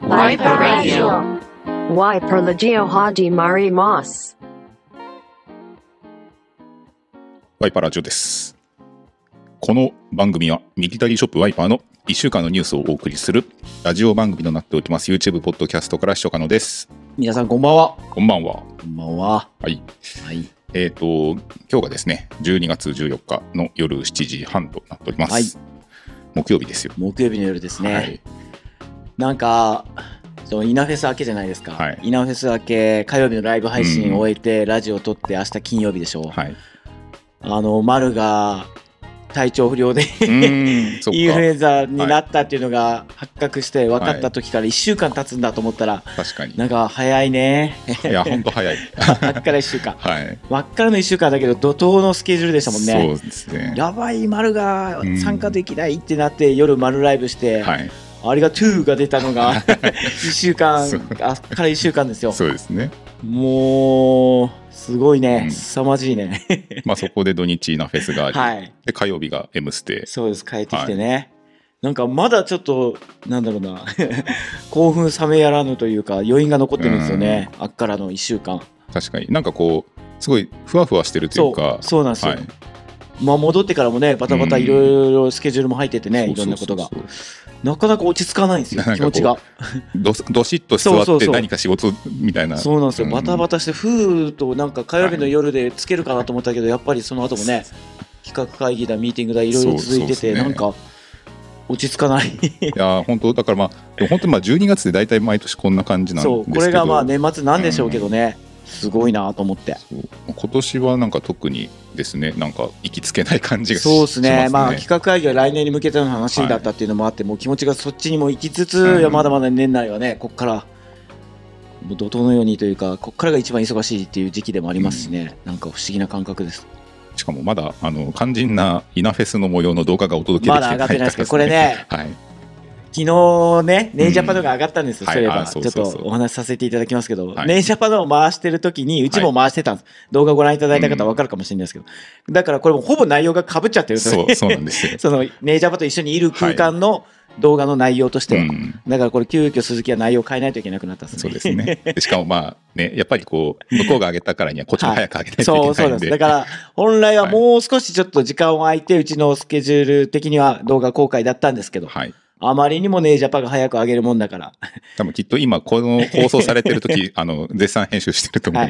Wiper Radio. Wiper Radio Hadi Marimas。 ワイパーラジオです。この番組はミリタリーショップワイパーの1週間のニュースをお送りするラジオ番組となっております。 YouTube ポッドキャストから視聴可能です。 皆さんこんばんは。 こんばんは。 こんばんは。 はい、 はい。 今日がですね12月14日の夜7時半となっております、はい、木曜日ですよ。 木曜日の夜ですね、はい、なんかそのイナフェス明けじゃないですか、はい、イナフェス明け火曜日のライブ配信を終えて、ラジオを撮って明日金曜日でしょう、はい、丸が体調不良でインフルエンザになったっていうのが発覚して分かった時から1週間経つんだと思ったら、 確かになんか早いね。 いや本当早いあっから1週間、はい、あっからの1週間だけど怒涛のスケジュールでしたもんね。 そうですね。 やばい、丸が参加できないってなって夜丸ライブして、はい、あれが2が出たのが1週間あっから1週間ですよ。 そうですね。 もうすごいね、凄まじいねまあそこで土日なフェスがあり、はい、で火曜日が M ステ。 そうです、帰ってきてね、はい、なんかまだちょっとなんだろうな興奮冷めやらぬというか余韻が残ってるんですよね、あっからの1週間。確かになんかこうすごいふわふわしてるというか。 そうなんですよ、はい、まあ戻ってからもねバタバタいろいろスケジュールも入っててね、いろんなことがなかなか落ち着かないんですよ、気持ちがどしっと座って何か仕事みたいな。 そうなんですよ、バタバタしてふーっとなんか火曜日の夜でつけるかなと思ったけど、やっぱりその後もね企画会議だミーティングだいろいろ続いてて、なんか落ち着かないいや本当だから、まあ本当に12月で大体毎年こんな感じなんですけど、 これがまあ年末なんでしょうけどね、すごいなと思って。 今年はなんか特にですね、なんか行きつけない感じがしますね。 そうですね、まあ企画会議は来年に向けての話だったっていうのもあって、もう気持ちがそっちにも行きつつ、いやまだまだ年内はねこっからもう怒涛のようにというか、こっからが一番忙しいっていう時期でもありますしね、なんか不思議な感覚です。 しかもまだ肝心なイナフェスの模様の動画がお届けできてないからですね。 まだ上がってないですけど、これね、はい、昨日ねネイジャパのが上がったんですよ、そういえばちょっとお話しさせていただきますけど、ネイジャパのを回してる時にうちも回してたんです、動画ご覧いただいた方は分かるかもしれないですけど、だからこれもほぼ内容が被っちゃってるんですよね。 そうなんですよそのネイジャパと一緒にいる空間の動画の内容としては、だからこれ急遽鈴木は内容を変えないといけなくなったんですね。 そうですね。しかもまあね、やっぱりこう向こうが上げたからにはこっちも早く上げないといけないんで、 そうなんです。だから本来はもう少しちょっと時間を空いて、うちのスケジュール的には動画公開だったんですけど、あまりにもネイジャパが早く上げるもんだから多分きっと今この放送されてる時絶賛編集してると思います、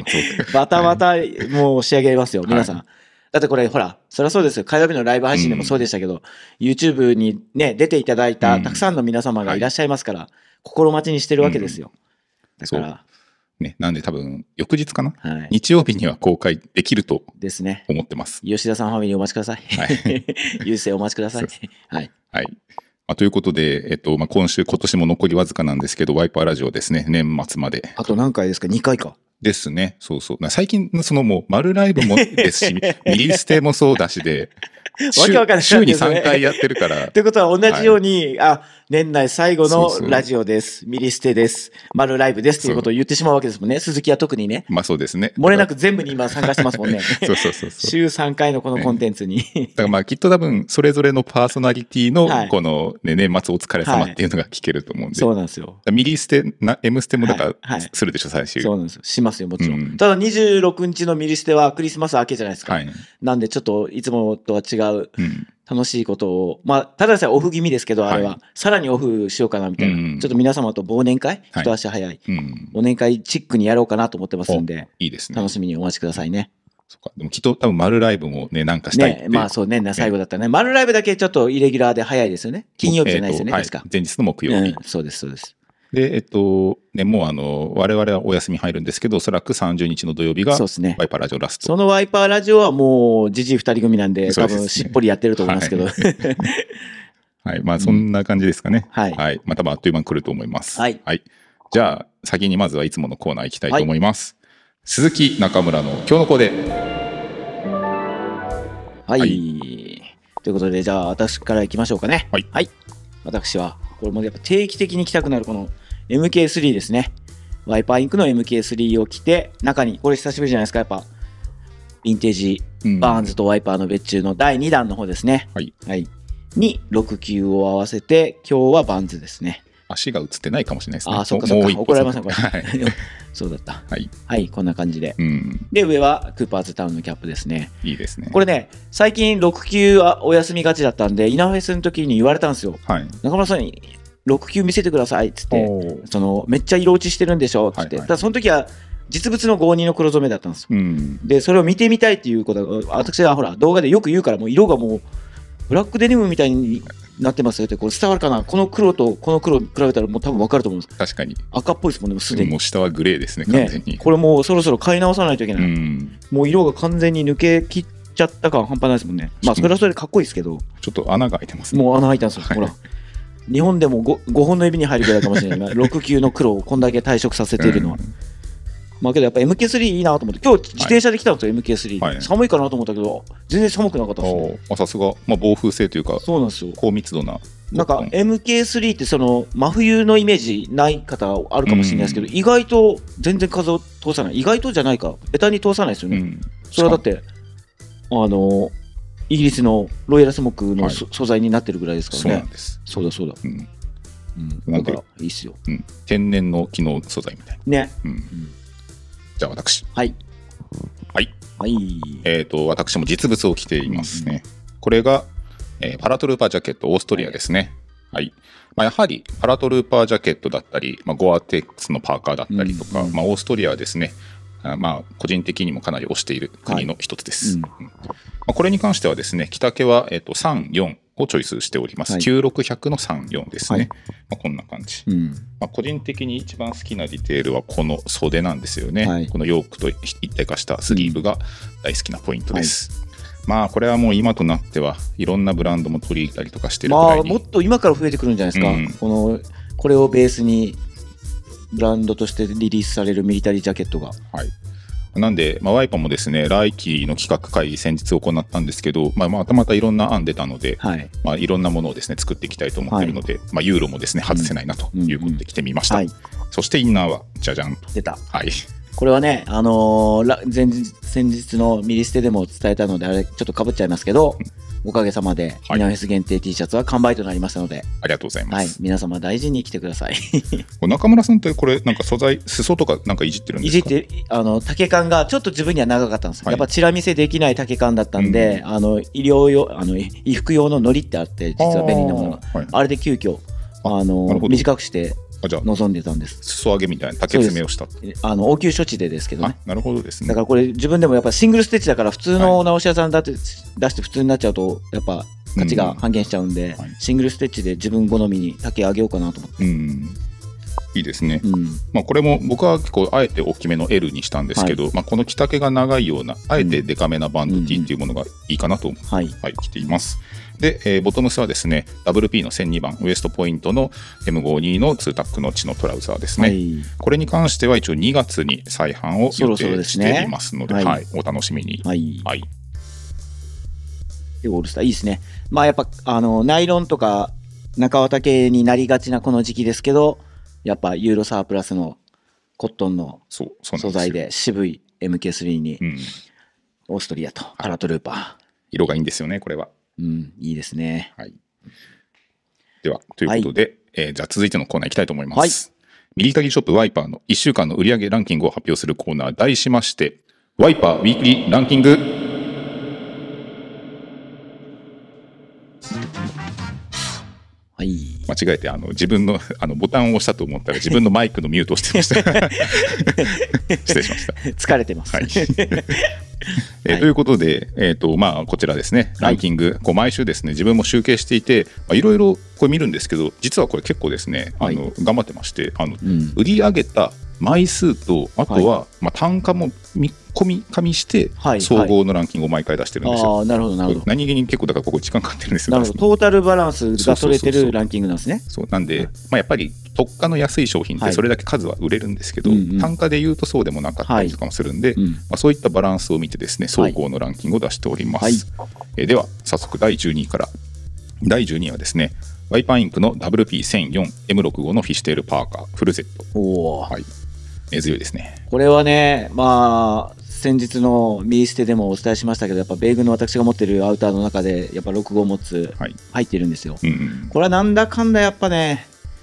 バタバタもう仕上げますよ、皆さん。だってこれほらそりゃそうですよ、火曜日のライブ配信でもそうでしたけど、YouTube にね出ていただいたたくさんの皆様がいらっしゃいますから、心待ちにしてるわけですよ、だからね、なんで多分翌日かな、日曜日には公開できると思ってます。 吉田さんファミリーお待ちください、ゆうせいお待ちくださいはい、 ということで、今年も残りわずかなんですけど、ワイパーラジオですね、年末まで。 あと何回ですか？2回か。 ですね。そうそう。最近、もう、丸ライブもですし、ミリステもそうだしで、週に3回やってるから。 ということは同じように、年内最後のラジオです。ミリステです。丸ライブですっていうことを言ってしまうわけですもんね。鈴木は特にね。 まあそうですね。 漏れなく全部に今参加してますもんね。 そう。 週3回のこのコンテンツに。 だからまあきっと多分、それぞれのパーソナリティの、この、年末お疲れ様っていうのが聞けると思うんで。 そうなんですよ。 ミリステ、M ステもだからするでしょ、最終。 そうなんですよ。しますよ、もちろん。ただ26日のミリステはクリスマス明けじゃないですか。なんでちょっといつもとは違う。楽しいことを、まあ、ただでさえオフ気味ですけど、あれは、さらにオフしようかなみたいな、ちょっと皆様と忘年会、一足早い、忘年会チックにやろうかなと思ってますんで、 いいですね。 楽しみにお待ちくださいね。 そうか。でもきっと多分丸ライブもね、なんかしたいって。 まあそうね、最後だったらね。丸ライブだけちょっとイレギュラーで早いですよね。金曜日じゃないですよね、確か。 前日の木曜日。 そうです、そうです。 で、ね、もう我々はお休み入るんですけど、おそらく30日の土曜日がワイパーラジオラスト。 そのワイパーラジオはもう、じじい2人組なんで、多分しっぽりやってると思いますけど。 はい。まあ、そんな感じですかね。はい。またあっという間に来ると思います。はい。じゃあ、先にまずはいつものコーナー行きたいと思います。鈴木中村の今日のコーデ。 はい。ということで、じゃあ、私から行きましょうかね。はい。私は、これもやっぱ定期的に着たくなるこの MK3 ですね。ワイパーインクの MK3 を着て、中に、これ久しぶりじゃないですか、やっぱ。ヴィンテージ、バーンズとワイパーの別注の第2弾の方ですね。に6級を合わせて、今日はバンズですね。 足が映ってないかもしれないですね。 あ、そっかそっか、怒られませんこれ。はい、そうだった。はい、はい、こんな感じで、で上はクーパーズタウンのキャップですね。 いいですね。 これね、最近6級はお休みがちだったんで、イナフェスの時に言われたんですよ。はい、中村さんに6級見せてくださいっつって、めっちゃ色落ちしてるんでしょっつって、ただその時は実物の52の黒染めだったんですよ。でそれを見てみたいっていうことが、私はほら動画でよく言うから、もう色がもうブラックデニムみたいになってますよって、これ伝わるかな。この黒とこの黒比べたらもう多分分かると思うんです。 確かに赤っぽいですもんね、もうすでに。 もう下はグレーですね、完全に。 これもうそろそろ買い直さないといけない。もう色が完全に抜けきっちゃった感半端ないですもんね。まあそれはそれでかっこいいですけど、 ちょっと穴が開いてますね。 もう穴開いたんですよ、ほら。日本でも 5本の指に入るぐらいかもしれない6級の黒をこんだけ退色させているのは。まあけどやっぱ MK3 いいなと思って、今日自転車で来たんですよ、MK3。寒いかなと思ったけど全然寒くなかったですね。 さすが、防風性というか、 そうなんですよ、 高密度な。 なんか MK3 ってその真冬のイメージない方あるかもしれないですけど、意外と全然風を通さない。意外とじゃないか、ベタに通さないですよね。それはだってイギリスのロイヤルスモックの素材になってるぐらいですからね。そうなんです。そうだそうだ。なんかいいっすよ。 天然の機能素材みたいな。ね。じゃあ私。はい。はい。はい。私も実物を着ていますね。これがパラトルーパージャケット、オーストリアですね。はい。やはりパラトルーパージャケットだったり、ゴアテックスのパーカーだったりとか、オーストリアはですね、個人的にもかなり推している国の一つです。これに関してはですね、着丈は3、4をチョイスしております。9600の3、4ですね。こんな感じ。個人的に一番好きなディテールはこの袖なんですよね。このヨークと一体化したスリーブが大好きなポイントです。これはもう今となってはいろんなブランドも取り入れたりとかしてるぐらいに、 もっと今から増えてくるんじゃないですか。これをベースにブランドとしてリリースされるミリタリージャケットが。はい。 なんで、ワイパーもですね、来期の企画会議先日行ったんですけど、またいろんな案出たので、いろんなものをですね作っていきたいと思っているので、ユーロもですね外せないなということで着てみました。そしてインナーはじゃじゃんと出た。 はい。 これはね、先日のミリステでも伝えたので、あれちょっとかぶっちゃいますけど、おかげさまでイナフェス限定 T シャツは完売となりましたので、 ありがとうございます。 皆様大事に着てください。 中村さんってこれなんか素材、裾とかなんかいじってるんですか？ いじって丈感がちょっと自分には長かったんです。やっぱチラ見せできない丈感だったんで、医療用衣服用ののりってあって、実は便利なものが、あれで急遽短くして望んでたんです。 裾上げみたいな竹詰めをした。 応急処置でですけどね。 なるほどですね。 だからこれ自分でもやっぱシングルステッチだから、普通の直し屋さんだって出して普通になっちゃうとやっぱ価値が半減しちゃうんで、シングルステッチで自分好みに丈上げようかなと思って。 いいですね。これも僕は結構あえて大きめの L にしたんですけど、この着丈が長いようなあえてデカめなバンド T っていうものがいいかなと着ています。で、ボトムスはですね WP の1002番ウエストポイントの M52 の2タックの地のトラウザーですね。これに関しては一応2月に再販を予定していますので、お楽しみに。 オールスターいいですね。やっぱナイロンとか中綿系になりがちなこの時期ですけど、やっぱユーロサープラスのコットンの素材で渋い MK3 にオーストリアとパラトルーパー、 色がいいんですよねこれは。 いいですね。 ではということで、じゃあ続いてのコーナーいきたいと思います。ミリタリーショップワイパーの1週間の売上ランキングを発表するコーナー、題しましてワイパーウィークリーランキング。間違えて自分のボタンを押したと思ったら自分のマイクのミュートをしてました失礼しました。 疲れてます、 ということで、こちらですねランキング、毎週ですね自分も集計していていろいろこれ見るんですけど、実はこれ結構ですね頑張ってまして、売り上げた枚数とあとは単価も込み加味して総合のランキングを毎回出してるんですよ。 なるほどなるほど。 何気に結構だからここ時間かかってるんですよ。 なるほど、トータルバランスが取れてるランキングなんですね。 そうなんで、やっぱり特価の安い商品ってそれだけ数は売れるんですけど、単価で言うとそうでもなかったりとかもするんで、そういったバランスを見てですね総合のランキングを出しております。では早速第12位から。第12位はですねワイパーインクの WP1004M65 のフィッシュテールパーカーフルセット。強いですね。 これはね、先日のミリステでもお伝えしましたけど、やっぱ米軍の私が持ってるアウターの中でやっぱ65持つ入ってるんですよ。これはなんだかんだやっぱね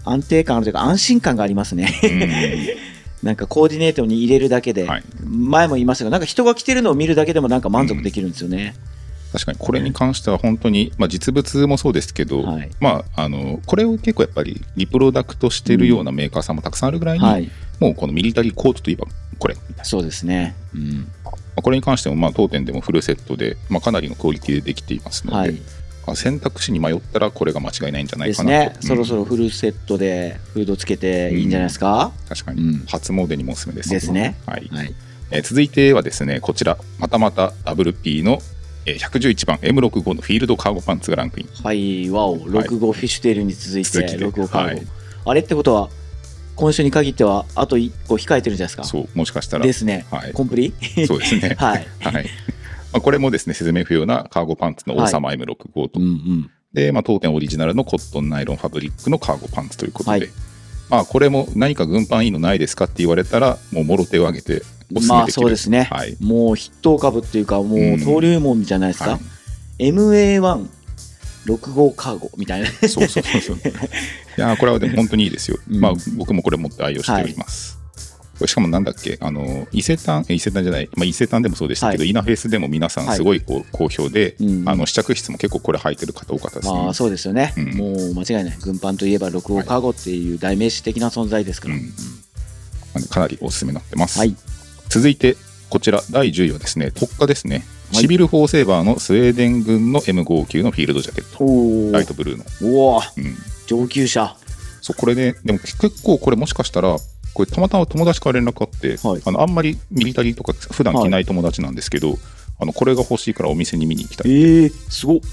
安定感あるというか安心感がありますね。なんかコーディネートに入れるだけで、前も言いましたが、なんか人が着てるのを見るだけでもなんか満足できるんですよね。 確かにこれに関しては本当に、実物もそうですけど、これを結構やっぱりリプロダクトしてるようなメーカーさんもたくさんあるぐらいに、もうこのミリタリーコートといえばこれみたいな。 そうですね。 これに関しても当店でもフルセットで、かなりのクオリティでできていますので、選択肢に迷ったらこれが間違いないんじゃないかなとですね。そろそろフルセットでフードつけていいんじゃないですか。 確かに、初詣にもおすすめですですね。 続いてはですね、こちらまた WP の111番 M65 のフィールドカーゴパンツがランクイン。 はい、ワオ、65フィッシュテールに続いて65カーゴ、あれってことは今週に限ってはあと1個控えてるんじゃないですか。 そう、もしかしたらですね、コンプリそうですね。これもですね、説明不要なカーゴパンツの王様 M65 と、で、当店オリジナルのコットンナイロンファブリックのカーゴパンツということで、これも何か軍パンいいのないですかって言われたらもうもろ手を挙げておすすめできる。 そうですね、もう筆頭株っていうかもう登竜門じゃないですか。MA1 65カーゴみたいな。 そう。いやこれはでも本当にいいですよ。僕もこれ持って愛用しております。これしかもなんだっけ、伊勢丹じゃない、伊勢丹でもそうでしたけど、イナフェスでも皆さんすごい好評で、試着室も結構これ履いてる方多かったですね。 そうですよね。もう間違いない。軍パンといえば65カーゴっていう代名詞的な存在ですから。 かなりおすすめになってます。続いてこちら第10位はですね、特価ですね。シビル・フォーセーバーのスウェーデン軍の M59 のフィールドジャケット、ライトブルーの。 上級者。 そう、これね、でも結構これもしかしたらこれたまたま友達から連絡あって、あんまりミリタリーとか普段着ない友達なんですけど、これが欲しいからお店に見に行きたい。 すごっ。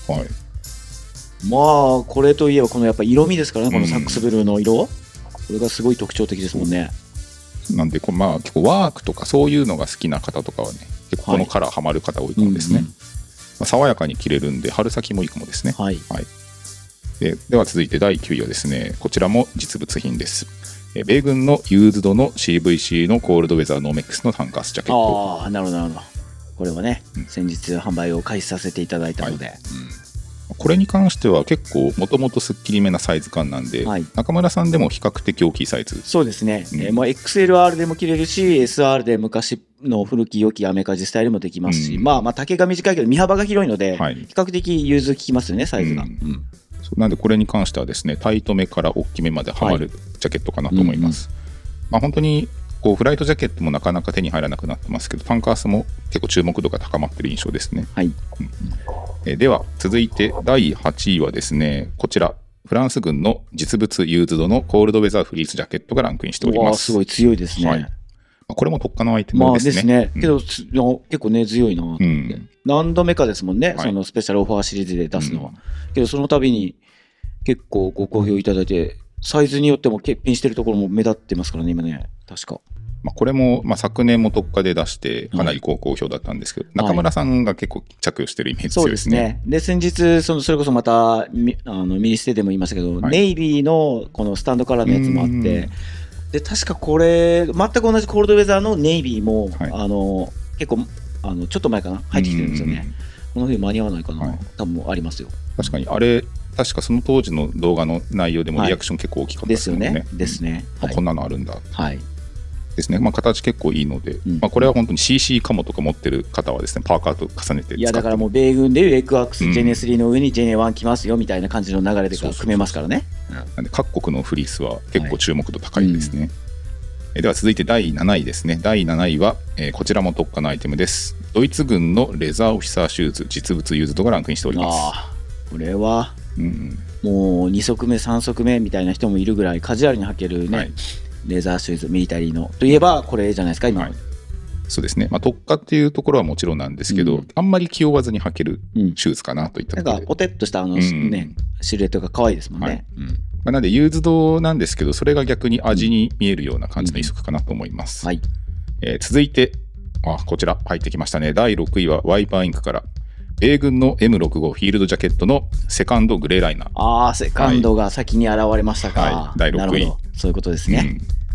これといえばこのやっぱ色味ですからね、このサックスブルーの色、これがすごい特徴的ですもんね。 なんで結構ワークとかそういうのが好きな方とかはね、結構このカラーハマる方多いかもですね。爽やかに着れるんで春先もいいかもですね。では続いて第9位はですね、こちらも実物品です。米軍のユーズドの CVC のコールドウェザーノーメックスのタンカースジャケット。 なるほど。これはね、先日販売を開始させていただいたので、 これに関しては結構もともとすっきりめなサイズ感なんで、中村さんでも比較的大きいサイズ。 そうですね、XLR でも着れるし SR で昔の古き良きアメカジスタイルもできますし、丈が短いけど身幅が広いので、比較的融通効きますよね、サイズが。 なんでこれに関してはですね、タイトめから大きめまではまるジャケットかなと思います。本当にフライトジャケットもなかなか手に入らなくなってますけど、タンカースも結構注目度が高まっている印象ですね。では続いて第8位はですね、こちらフランス軍の実物ユーズドのコールドウェザーフリースジャケットがランクインしております。 すごい強いですね。 これも特価のアイテムですね。 けど結構ね強いなと思って、何度目かですもんね、そのスペシャルオファーシリーズで出すのは。けどその度に結構ご好評いただいて、サイズによっても欠品してるところも目立ってますからね、今ね、確か。 これも、昨年も特価で出してかなり好評だったんですけど、中村さんが結構着用してるイメージ強いですね。そうですね。で先日それこそまたミニステでも言いましたけど、ネイビーのこのスタンドカラーのやつもあって、で確かこれ全く同じコールドウェザーのネイビーも、結構ちょっと前かな入ってきてるんですよね。この冬間に合わないかな、多分ありますよ。確かにあれ確かその当時の動画の内容でもリアクション結構大きかったですよね。 ですね。 こんなのあるんだ。ですね。形結構いいので、これは本当に CC カモとか持ってる方はですね、パーカーと重ねて使って。 いやだからもう米軍でいうエクワークスジェネ3の上にジェネ1来ますよみたいな感じの流れで組めますからね。 なんで各国のフリースは結構注目度高いですね。では続いて第7位ですね。第7位は、こちらも特価のアイテムです。ドイツ軍のレザーオフィサーシューズ実物ユーズドがランクインしております。 これはもう2足目3足目みたいな人もいるぐらいカジュアルに履けるね、レザーシューズミリタリーのといえばこれじゃないですか今。 そうですね。特価っていうところはもちろんなんですけど、あんまり気負わずに履けるシューズかなといったところで、 なんかポテッとしたシルエットが可愛いですもんね。 なのでユーズドなんですけど、それが逆に味に見えるような感じの一足かなと思います。続いてこちら入ってきましたね。第6位はワイパーインクから米軍の M65 フィールドジャケットのセカンドグレーライナー。 セカンドが先に現れましたか。 第6位。 そういうことですね。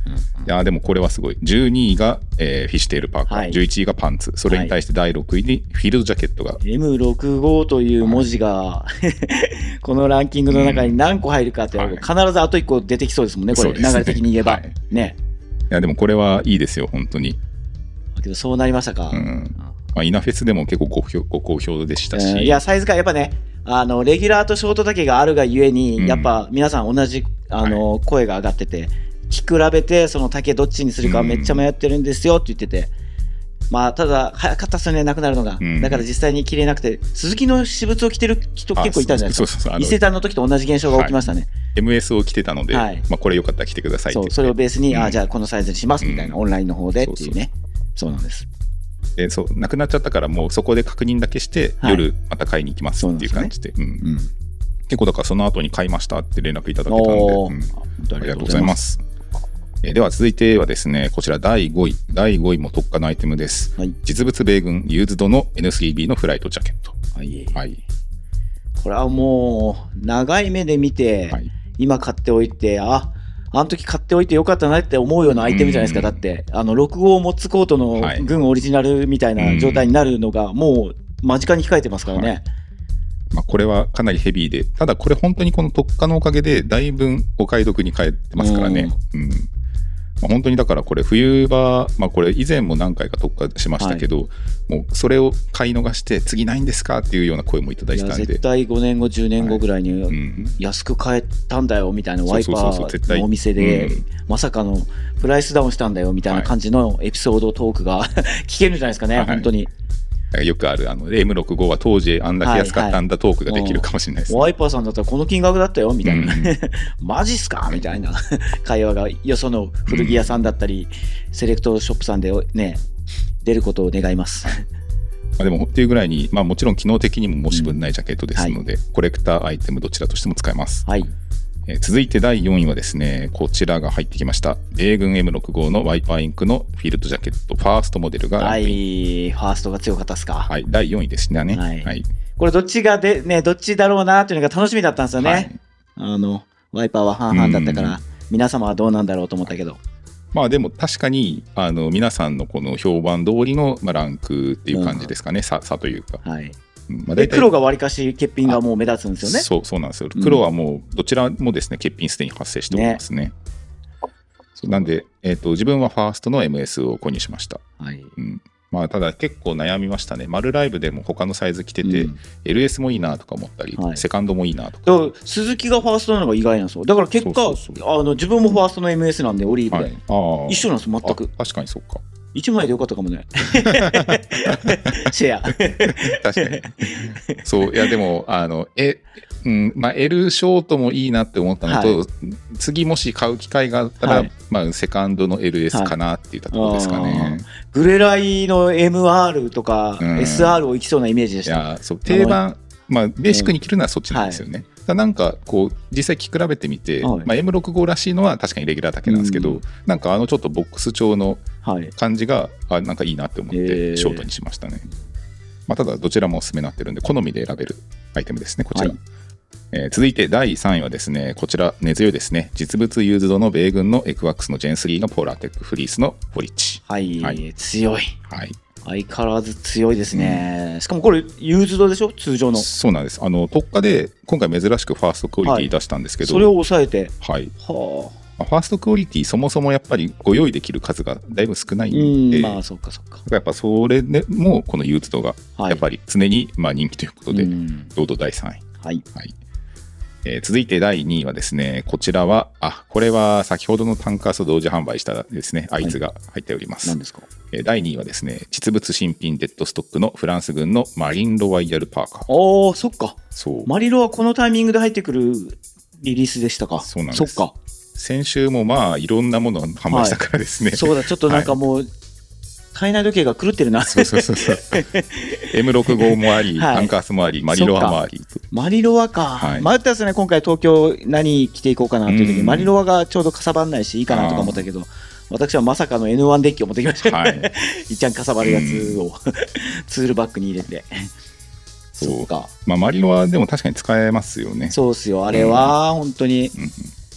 いやでもこれはすごい。12位が、フィッシュテールパーカー、11位がパンツ、それに対して第6位にフィールドジャケットが、 M65 という文字がこのランキングの中に何個入るかって、必ずあと1個出てきそうですもんね、これ、流れ的に言えば。ね。 いやでもこれはいいですよ、本当に。 けどそうなりましたか。 イナフェスでも結構ご好評でしたし。 いや、サイズ感やっぱね、レギュラーとショートだけがあるがゆえに、やっぱ皆さん同じ声が上がってて、着比べてその丈どっちにするかめっちゃ迷ってるんですよって言ってて、まあただ早かったっすよね、なくなるのが。だから実際に着れなくて、鈴木の私物を着てる人結構いたんじゃないですか。伊勢丹の時と同じ現象が起きましたね。 MS を着てたので、まあこれよかったら着てくださいって。 それをベースに、じゃあこのサイズにしますみたいな、オンラインの方でっていうね。そうなんです。 そうなくなっちゃったからもうそこで確認だけして、夜また買いに行きますっていう感じで、結構だからその後に買いましたって連絡いただけたので、ありがとうございます。では続いてはですね、こちら第5位も特価のアイテムです。実物米軍ユーズドの N3B のフライトジャケット。 これはもう長い目で見て、今買っておいて、あの時買っておいてよかったなって思うようなアイテムじゃないですか。だって6号モッツコートの軍オリジナルみたいな状態になるのがもう間近に控えてますからね。 まあこれはかなりヘビーで、ただこれ本当にこの特価のおかげでだいぶお買い得に買えてますからね。まあ、本当にだからこれ冬場、まあこれ以前も何回か特価しましたけど、もうそれを買い逃して次ないんですかっていうような声もいただいてたんで、 絶対5年後10年後ぐらいに安く買えたんだよみたいな、ワイパーのお店でまさかのプライスダウンしたんだよみたいな感じのエピソードトークが聞けるんじゃないですかね、本当に。 よくあるM65 は当時あんだけ安かったんだトークができるかもしれないです、ね。 ワイパーさんだったらこの金額だったよみたいな、マジっすかみたいな会話がよその古着屋さんだったり、セレクトショップさんでね出ることを願います。 まあでもっていうぐらいに、まあ、もちろん機能的にも申し分ないジャケットですので、コレクターアイテムどちらとしても使えます。続いて第4位はですね、こちらが入ってきました。米軍 M65 のワイパーインクのフィールドジャケット、ファーストモデルがランクイン。 ファーストが強かったですか。 第4位ですね。 これどっちがどっちだろうなというのが楽しみだったんですよね。ワイパーは半々だったから、皆様はどうなんだろうと思ったけど。 まあでも確かに皆さんのこの評判通りのランクっていう感じですかね、差というか。 で黒がわりかし欠品がもう目立つんですよね。 そうなんですよ。黒はもうどちらもですね欠品すでに発生しておりますね。なんで、自分はファーストの MS を購入しました。まあただ結構悩みましたね。マルライブでも他のサイズ着てて、LS もいいなとか思ったり、セカンドもいいなとか。 鈴木がファーストなのが意外なんですよ。だから結果自分もファーストの MS なんでオリーブで、一緒なんです全く。 確かにそうか。 1枚でよかったかもね。シェア。 確かに。そう、いやでも、まあ、L ショートもいいなって思ったのと、次もし買う機会があったら、まあ、セカンドの LS かなっていったところですかね。 グレライの MR とか SR をいきそうなイメージでした。 いや、そう、定番、まあ、ベーシックに着るのはそっちなんですよね。なんかこう実際着比べてみて、まあ、M65 らしいのは確かにレギュラーだけなんですけど、なんかちょっとボックス調の感じがなんかいいなって思ってショートにしましたね。まあ、ただどちらもおすすめになってるんで好みで選べるアイテムですね、こちら。続いて第3位はですね、こちら根強いですね、実物ユーズドの米軍のエクワックスのジェン3のポーラーテックフリースのフォリッチ。強い。相変わらず強いですね。しかもこれユーズドでしょ、通常の。そうなんです。特価で今回珍しくファーストクオリティ出したんですけど、それを抑えて、ファーストクオリティそもそもやっぱりご用意できる数がだいぶ少ないんで、まあそうかそうか。やっぱそれでもこのユーズドがやっぱり常にまあ人気ということで、堂々第3位。続いて第2位はですね、こちらはこれは先ほどのタンカースと同時販売したですね、アイツが入っております。何ですか？第2位はですね、実物新品デッドストックのフランス軍のマリンロワイヤルパーカー。そっか。マリロはこのタイミングで入ってくるリリースでしたか。そうなんです。そっか。先週もまあいろんなものを販売したからですね。そうだ、ちょっとなんかもう、体内時計が狂ってるな。M65 もあり、タンカースもあり、マリロワもあり。マリロワか。迷ったですね、今回東京何着ていこうかなという時に、マリロワがちょうどかさばんないしいいかなとか思ったけど、私はまさかの N1 デッキを持ってきました。いっちゃんかさばるやつをツールバッグに入れて。そうか。まあマリロワでも確かに使えますよね。そうっすよ、あれは本当に。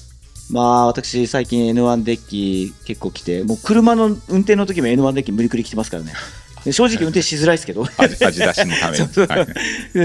まあ私最近 N1 デッキ結構来て、もう車の運転の時も N1 デッキ無理くり来てますからね。正直運転しづらいですけど味出しのためにはい、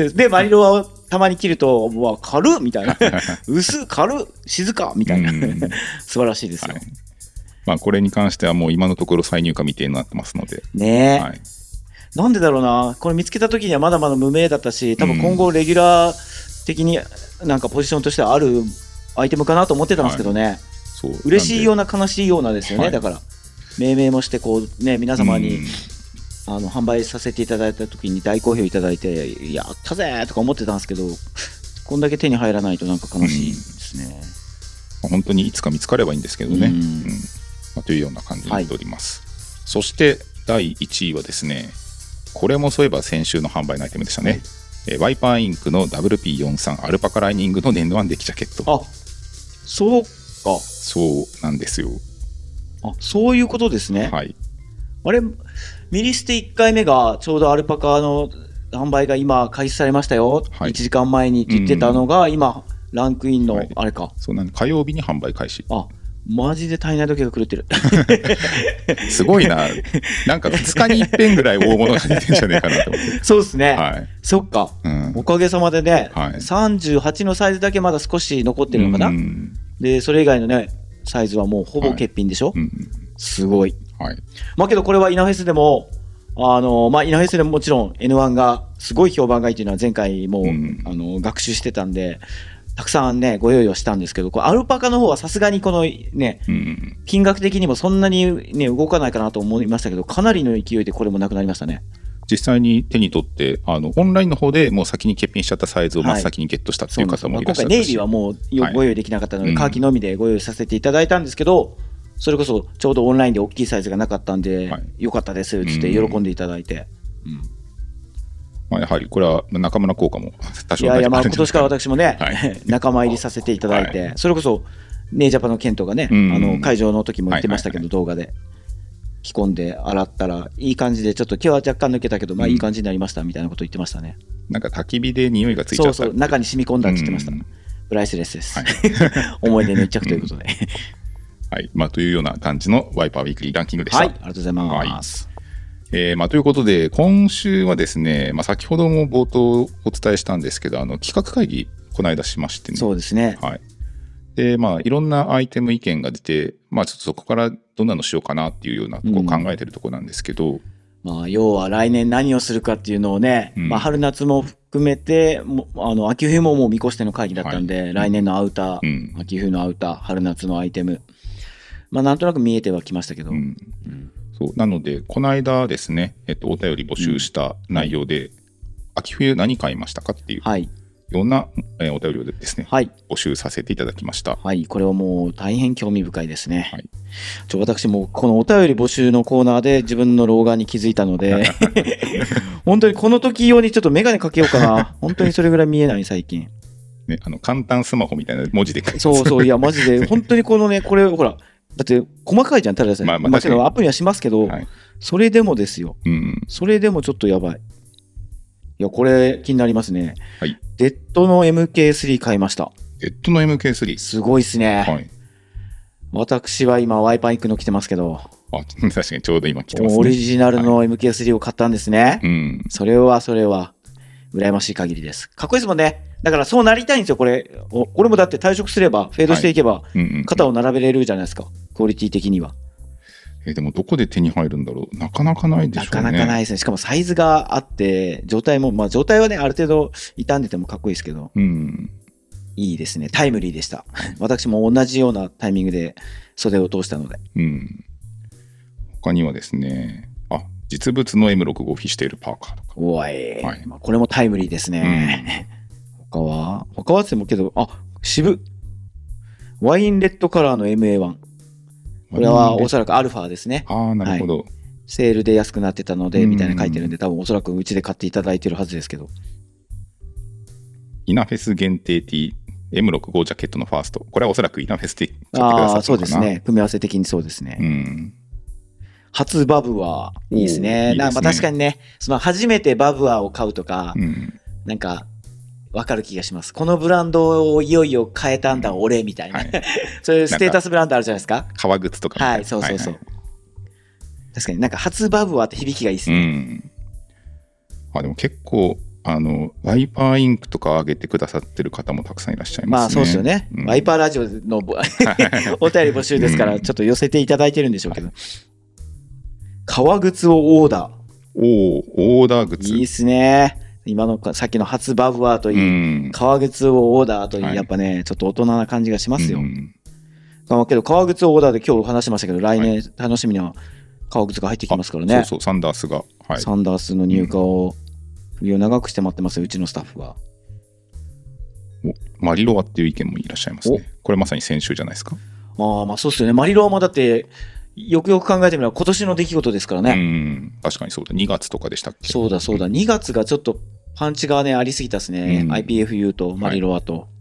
でマリロはたまに切るとうわ軽っみたいな薄軽っ静かみたいな素晴らしいですよ、はい、 まあこれに関してはもう今のところ再入荷未定になってますのでねえ、はい、なんでだろうな、これ見つけた時にはまだまだ無名だったし、多分今後レギュラー的になんかポジションとしてはあるアイテムかなと思ってたんですけどね、はい、そう嬉しいような悲しいようなですよね、はい、だから命名もしてこうね皆様に販売させていただいた時に大好評いただいてやったぜとか思ってたんですけど、こんだけ手に入らないとなんか悲しいですね、 本当にいつか見つかればいいんですけどね、というような感じになっております、はい、そして第1位はですね、これもそういえば先週の販売のアイテムでしたね、ワイパーインクの WP43 アルパカライニングのN1デッキジャケット。 あ、そうか、 そうなんですよ。 あ、そういうことですね。 はい。 あれミリステ1回目がちょうどアルパカの販売が今開始されましたよ、はい、1時間前にって言ってたのが今ランクインのあれか、はい、 そうなんで火曜日に販売開始。 あ、マジで体内時計が狂ってるすごいな、なんか2日に一遍ぐらい大物が出てるんじゃねえかなと思ってそうですね、 はい、 そっか、おかげさまでね、はい、38のサイズだけまだ少し残ってるのかな、でそれ以外のねサイズはもうほぼ欠品でしょ、はい、すごい、はい、まあけどこれはイナフェスでもまあ、イナフェスでももちろん N1 がすごい評判がいいというのは前回も、学習してたんでたくさんねご用意をしたんですけど、これアルパカの方はさすがにこのね、金額的にもそんなにね動かないかなと思いましたけど、かなりの勢いでこれもなくなりましたね。 実際に手に取ってオンラインの方でもう先に欠品しちゃったサイズを真っ先にゲットしたっていう方もいらっしゃったし、 今回ネイビーはもうご用意できなかったので、カーキのみでご用意させていただいたんですけど、それこそちょうどオンラインで大きいサイズがなかったんで、はい、よかったですってって喜んでいただいて、 まあ、やはりこれは仲間の効果も多少いやいや、まあ今年から私もね、はい、仲間入りさせていただいて、はい、それこそネイジャパのケントがね、会場の時も言ってましたけど、動画で着込んで洗ったらいい感じで、ちょっと今日は若干抜けたけど、まあいい感じになりましたみたいなこと言ってましたね。 なんか焚き火で匂いがついちゃった、 そうそう、中に染み込んだって言ってました。プライスレスです、はい、思い出の一着ということではい、まあ、というような感じのワイパーウィークリーランキングでした。 はい、ありがとうございます。 はい、まあ、ということで今週はですね、まあ、先ほども冒頭お伝えしたんですけど企画会議この間しましてね。 そうですね。 はい。でまあいろんなアイテム意見が出て、まあちょっとそこからどんなのしようかなっていうようなとこを考えてるところなんですけど、 まあ要は来年何をするかっていうのをね、まあ春夏も含めて秋冬ももう見越しての会議だったんで、来年のアウター、秋冬のアウター、春夏のアイテム、まあなんとなく見えてはきましたけど、 そうなのでこの間ですね、お便り募集した内容で、秋冬何買いましたかっていう、ようなお便りをですね、募集させていただきました。 はい、これはもう大変興味深いですね。はい、私もこのお便り募集のコーナーで自分の老眼に気づいたので本当にこの時用にちょっと眼鏡かけようかな本当にそれぐらい見えない最近ね、簡単スマホみたいな文字で書いてそうそう、いやマジで本当にこのね、これほらだって細かいじゃん、ただでさえ、まあ、アプリはしますけど、はい、それでもですよ、それでもちょっとやばい。いやこれ気になりますね。はい、デッドの MK3 買いました。 デッドの MK3 すごいっすね。はい、私は今ワイパーインクの着てますけど、 確かにちょうど今着てますね。 オリジナルの MK3 を買ったんですね。それは羨ましい限りです。かっこいいですもんね。だからそうなりたいんですよ。これもだって退職すればフェードしていけば肩を並べれるじゃないですか、クオリティ的には。 でもどこで手に入るんだろう。なかなかないでしょうね。 なかなかないですね。しかもサイズがあって状態も、まあ状態はねある程度傷んでてもかっこいいですけど、いいですね。タイムリーでした。私も同じようなタイミングで袖を通したので。 他にはですね、実物の M65 フィッシュテールパーカーとか。 おい、まあ、これもタイムリーですね。他はでもけど、渋ワインレッドカラーの MA1。これはおそらくアルファですね。 なるほど、 セールで安くなってたのでみたいな書いてるんで、多分おそらくうちで買っていただいてるはずですけど。 イナフェス限定 T、M65 ジャケットのファースト。これはおそらくイナフェスで買ってくださったのかな。そうですね。 組み合わせ的にそうですね。初バブアーいいですね。まあ確かにね、その初めてバブアーを買うとか、なんか分かる気がします。このブランドをいよいよ変えたんだ、俺みたいな、はい、そういうステータスブランドあるじゃないですか。 革靴とかはい、そうそうそう、はいはい、確かになんか初バブはって響きがいいですね。 でも結構ワイパーインクとか上げてくださってる方もたくさんいらっしゃいますね。 まあそうですよね、ワイパーラジオのお便り募集ですからちょっと寄せていただいてるんでしょうけど、革靴をオーダー。 オーダー靴いいっすね。今のさっきの初バブワーといい、革靴をオーダーといい、やっぱねちょっと大人な感じがしますよ。けど革靴をオーダーで今日話しましたけど、来年楽しみには革靴が入ってきますからね。 そうサンダースが、 はい、サンダースの入荷を冬を長くして待ってますよ、うちのスタッフは。 マリロアっていう意見もいらっしゃいますね。これまさに先週じゃないですか。 まあそうですよね。マリロアもだってよくよく考えてみれば今年の出来事ですからね。 確かにそうだ。2月とかでしたっけ。 そうだ2月がちょっとパンチがねありすぎたですね。IPFU とマリロアと、はい、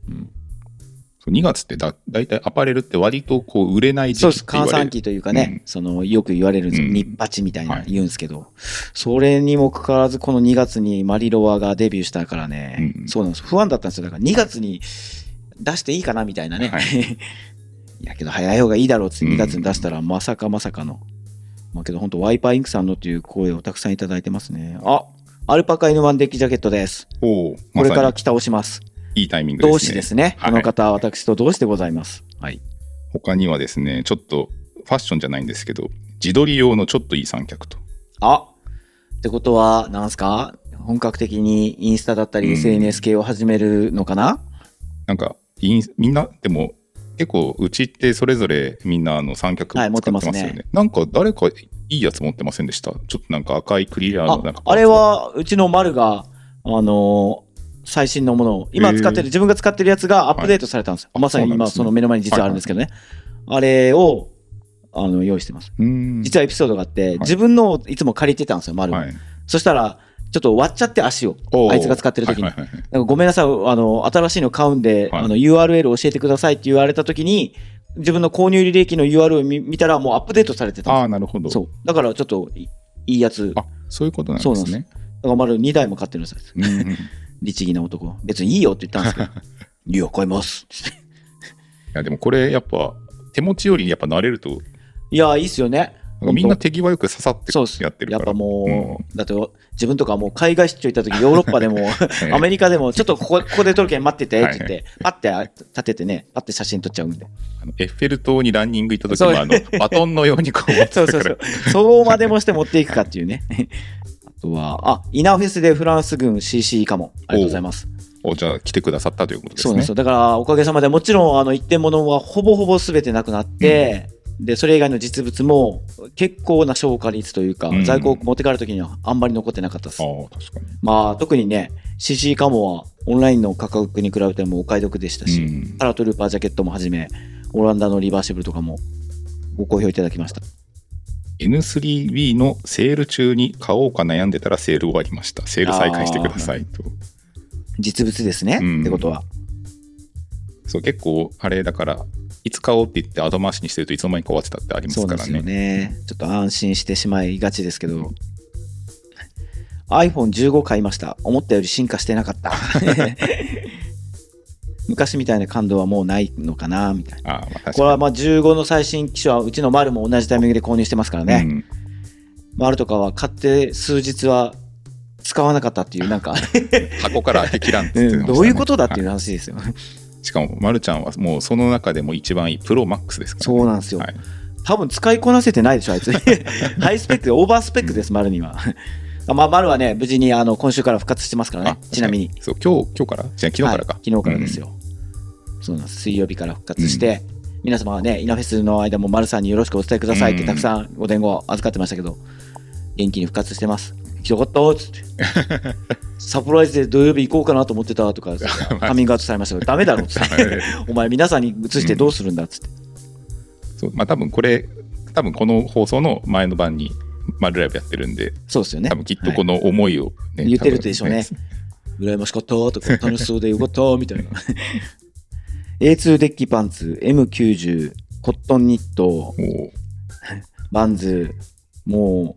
2月ってだいたいアパレルって割とこう売れない時期って言われる。 そうです。閑散期というかね、よく言われるんですよ。日八みたいな言うんですけど、はい、それにもかかわらずこの2月にマリロアがデビューしたからね、そうなんです。不安だったんですよ。だから2月に出していいかなみたいなね、はい、いやけど早い方がいいだろうって2月に出したらまさかの、けど本当ワイパーインクさんのという声をたくさんいただいてますね。アルパカN1デッキジャケットです。これから着倒します。 いいタイミングですね。 同志ですね。この方は私と同志でございます。はい。 他にはですね、ちょっとファッションじゃないんですけど、自撮り用のちょっといい三脚と。 ってことはなんすか？本格的にインスタだったり SNS 系を始めるのかな？ なんかみんなでも結構うちってそれぞれみんな三脚使ってますよね。はい、ね。なんか誰かいいやつ持ってませんでした？ちょっとなんか赤いクリアのなんかあれはうちの丸が最新のものを今使ってる自分が使ってるやつがアップデートされたんですよ。まさに今その目の前に実はあるんですけどね。あれを用意してます。実はエピソードがあって、自分のをいつも借りてたんですよ、丸。そしたらちょっと割っちゃって足をあいつが使ってる時に、ごめんなさい新しいの買うんで、URL 教えてくださいって言われた時に自分の購入履歴の URL を見たらもうアップデートされてたんですよ。 なるほど。 そうだからちょっといいやつ。 そういうことなんですね。 だから丸2台も買ってるんですよ。律儀な男。別にいいよって言ったんですけどいいよ買いますいやでもこれやっぱ手持ちよりやっぱ慣れるといやいいっすよね。 みんな手際よく刺さってやってるから。 やっぱもう、だって自分とかもう海外出張行った時ヨーロッパでもアメリカでもちょっとここで撮るけん待っててって言ってパッて立ててねパッて写真撮っちゃうんで。 エッフェル塔にランニング行った時もバトンのようにこう持ってたからそうまでもして持っていくかっていうねあとはイナフェスでフランス軍 CC かも。ありがとうございます。 じゃあ来てくださったということですね。 そうなんですよ。だからおかげさまでもちろん一点物はほぼほぼ全てなくなって、でそれ以外の実物も結構な消化率というか、在庫を持って帰る時にはあんまり残ってなかったです。 確かに。 まあ特にね CC カモはオンラインの価格に比べてもお買い得でしたし、パラトルーパージャケットもはじめオランダのリバーシブルとかもご好評いただきました。 N3B のセール中に買おうか悩んでたらセール終わりました。セール再開してくださいと。実物ですね、ってことはそう結構あれだからいつ買おうって言って後回しにしてるといつの間にか終わってたってありますからね。 そうですよね。ちょっと安心してしまいがちですけど、iPhone15 買いました。思ったより進化してなかった昔みたいな感動はもうないのかなみたいな。これは15の最新機種はうちの丸も同じタイミングで購入してますからね。丸とかは買って数日は使わなかったっていうなんか箱から開けきらんって言ってましたね。 どういうことだっていう話ですよしかもまるちゃんはもうその中でも一番いいプロマックスですからね。 そうなんですよ、多分使いこなせてないでしょあいつハイスペックでオーバースペックです、丸には丸はね無事に今週から復活してますからね。ちなみにそう今日から昨日からか、 昨日からですよ、そうなんです。水曜日から復活して、皆様はねイナフェスの間も丸さんによろしくお伝えくださいってたくさんご伝言預かってましたけど、元気に復活してます。よかったっつってサプライズで土曜日行こうかなと思ってたとかカミングアウトされましたけどダメだろっつってお前皆さんに移してどうするんだっつって、 そう多分この放送の前の晩に丸ライブやってるんで、 そうですよね。 多分きっとこの思いを、 言ってるでしょうね。羨ましかったとか楽しそうでよかったみたいなA2 デッキパンツ M90 コットンニットバンズもう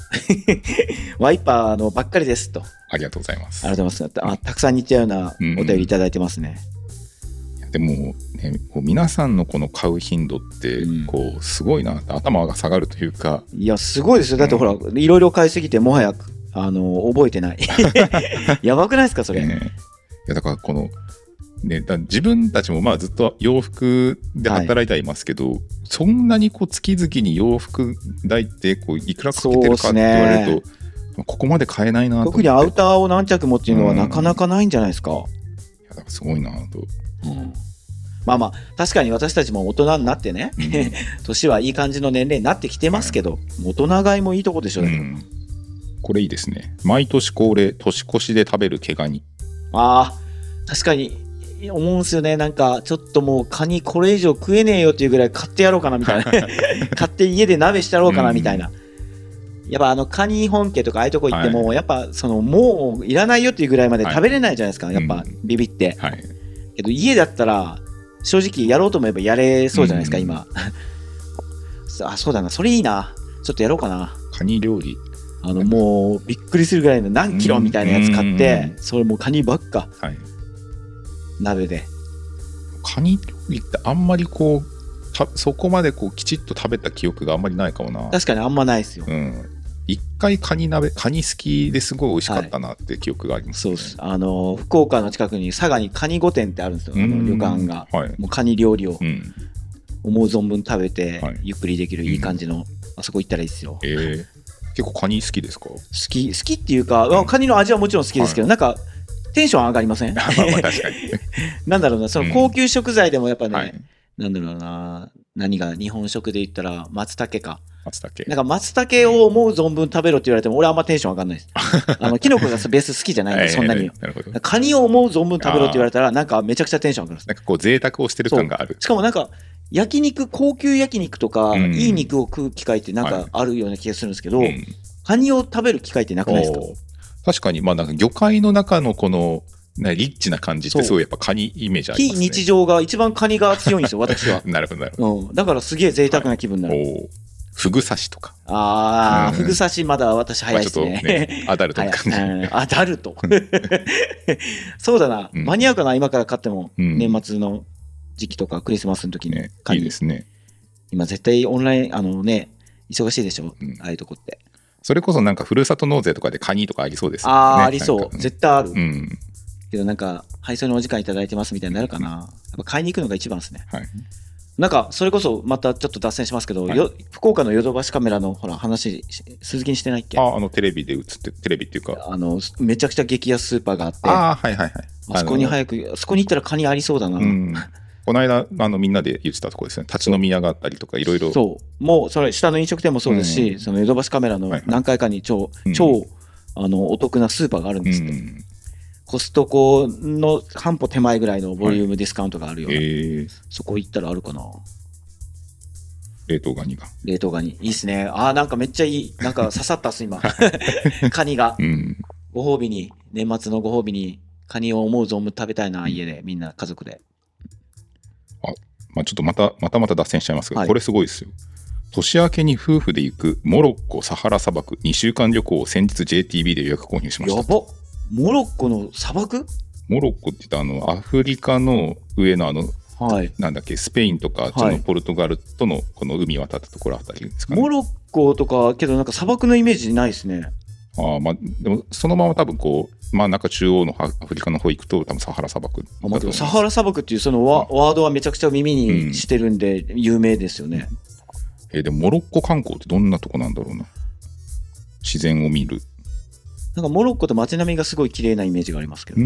ワイパーのばっかりですと。 ありがとうございます。 ありがとうございます。たくさん似たようなお便りいただいてますね。 でも、ね、こう皆さんのこの買う頻度ってこうすごいなって頭が下がるというか。 いやすごいですよ。だってほら、いろいろ買いすぎてもはや覚えてない。やばくないですかそれ。いやだからこのね、自分たちもまあずっと洋服で働いてはいますけど、そんなにこう月々に洋服代ってこういくらかけてるかって言われると、ここまで買えないなと。 特にアウターを何着もっていうのはなかなかないんじゃないですか。 いやだからすごいなと。 まあまあ確かに私たちも大人になってね、年はいい感じの年齢になってきてますけど、大人買いもいいとこでしょ。 これいいですね。毎年恒例年越しで食べる毛ガニ。 ああ確かに思うんですよね。なんかちょっともうカニこれ以上食えねえよっていうぐらい買ってやろうかなみたいな買って家で鍋してやろうかなみたいな。やっぱカニ本家とかああいうとこ行っても、やっぱもういらないよっていうぐらいまで食べれないじゃないですか、やっぱビビって、けど家だったら正直やろうと思えばやれそうじゃないですか、今。あ、そうだな、それいいな、ちょっとやろうかな。 カニ料理もうびっくりするぐらいの何キロみたいなやつ買って、それもうカニばっか、鍋で。 カニ料理ってあんまりこうそこまでこうきちっと食べた記憶があんまりないかもな。 確かにあんまないですよ。 一回カニ好きですごい美味しかったなって記憶があります、ね。 そうです。福岡の近くに佐賀にカニ御殿ってあるんですよ。旅館が、もうカニ料理を思う存分食べて、ゆっくりできるいい感じの、あそこ行ったらいいですよ。 結構カニ好きですか？好きっていうか、カニの味はもちろん好きですけど、なんかテンション上がりません？ 確かになんだろうな、その高級食材でもやっぱね、なんだろうな、何が日本食で言ったら松茸か。なんか松茸を思う存分食べろって言われても俺あんまテンション上がんないです。キノコがベース好きじゃないんでそんなに。カニを思う存分食べろって言われたらなんかめちゃくちゃテンション上がるんです。 なんかこう贅沢をしてる感がある。 しかもなんか高級焼肉とか、いい肉を食う機会ってなんかあるような気がするんですけど、カニを食べる機会ってなくないですか？ 確かに、まあなんか魚介の中のこのリッチな感じってすごいやっぱカニイメージありますね。 非日常が一番カニが強いんですよ私は。 なるほど。 だからすげえ贅沢な気分になる。 フグ刺しとか。 フグ刺しまだ私早いですね。 アダルトな感じ。 アダルト。そうだな、間に合うかな今から買っても、年末の時期とかクリスマスの時にいいですね。 今絶対オンライン忙しいでしょ、ああいうとこって。 それこそなんかふるさと納税とかでカニとかありそうですよね。 ありそう、絶対ある。けどなんか配送のお時間いただいてますみたいになるかな。やっぱ買いに行くのが一番ですね。なんかそれこそまたちょっと脱線しますけど、福岡のヨドバシカメラのほら話鈴木にしてないっけ？ テレビで映ってテレビっていうかめちゃくちゃ激安スーパーがあって、あそこにそこに行ったらカニありそうだな。 この間みんなで言ってたところですね。立ち飲み屋があったりとかいろいろ。 そうもうそれ下の飲食店もそうですし、そのヨドバシカメラの何階かに超お得なスーパーがあるんですって。コストコの半歩手前ぐらいのボリュームディスカウントがあるような、そこ行ったらあるかな。 冷凍ガニが。 冷凍ガニいいっすね。なんかめっちゃいい。なんか刺さったっす今。カニが、ご褒美に、年末のご褒美にカニを思う存分食べたいな、家でみんな家族で。 まあ、ちょっとまた脱線しちゃいますけど、これすごいですよ。年明けに夫婦で行くモロッコサハラ砂漠2週間旅行を先日 JTB で予約購入しました。 やば。モロッコの砂漠？ モロッコって言ったらアフリカの上のなんだっけ、スペインとかポルトガルとのこの海渡ったところあたりですかね。 モロッコとかけどなんか砂漠のイメージないですね。 まあでもそのまま多分こうなんか中央のアフリカの方行くと多分サハラ砂漠だと思います。 サハラ砂漠っていうそのワードはめちゃくちゃ耳にしてるんで有名ですよね。 でもモロッコ観光ってどんなとこなんだろうな。自然を見る。 なんかモロッコと街並みがすごい綺麗なイメージがありますけど。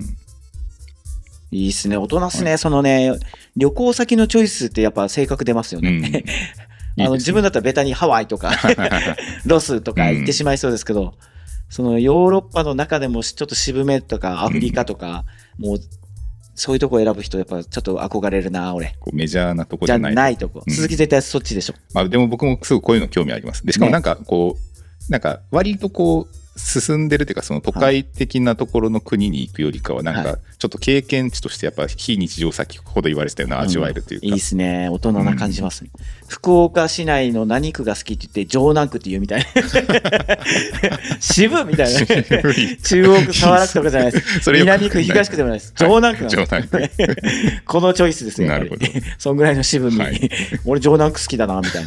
いいっすね、大人っすね。そのね、旅行先のチョイスってやっぱ性格出ますよね。自分だったらベタにハワイとかロスとか行ってしまいそうですけど、そのヨーロッパの中でもちょっと渋めとかアフリカとか、もうそういうとこ選ぶ人やっぱちょっと憧れるな俺。 メジャーなとこじゃないとこ。鈴木絶対そっちでしょ。 でも僕もすごいこういうの興味あります。でしかもなんかこうなんか割とこう進んでるっていうかその都会的なところの国に行くよりかはなんかちょっと経験値としてやっぱ非日常先ほど言われてたような味わえるというか、 いいですね、大人な感じしますね、福岡市内の何区が好きって言って城南区って言うみたいな渋みたいな中央区沢楽とかじゃないです南区東区でもないです、城南区なんです、このチョイスですよ、やっぱりそんぐらいの渋み、俺城南区好きだなみたい